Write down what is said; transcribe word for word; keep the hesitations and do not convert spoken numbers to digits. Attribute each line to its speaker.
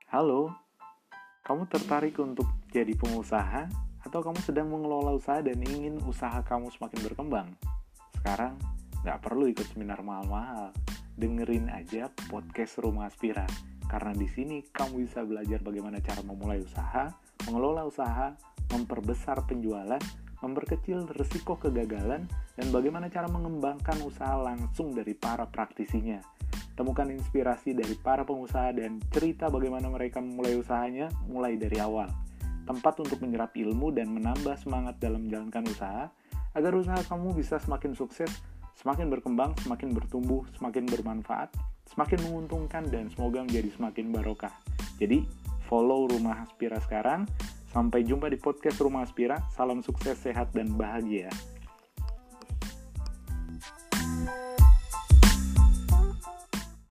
Speaker 1: Halo, kamu tertarik untuk jadi pengusaha? Atau kamu sedang mengelola usaha dan ingin usaha kamu semakin berkembang? Sekarang, nggak perlu ikut seminar mahal-mahal. Dengerin aja podcast Rumah Aspira. Karena di sini kamu bisa belajar bagaimana cara memulai usaha, mengelola usaha, memperbesar penjualan, memperkecil risiko kegagalan, dan bagaimana cara mengembangkan usaha langsung dari para praktisinya. Temukan inspirasi dari para pengusaha dan cerita bagaimana mereka memulai usahanya mulai dari awal. Tempat untuk menyerap ilmu dan menambah semangat dalam menjalankan usaha, agar usaha kamu bisa semakin sukses, semakin berkembang, semakin bertumbuh, semakin bermanfaat, semakin menguntungkan, dan semoga menjadi semakin barokah. Jadi, follow Rumah Aspira sekarang. Sampai jumpa di podcast Rumah Aspira. Salam sukses, sehat, dan bahagia.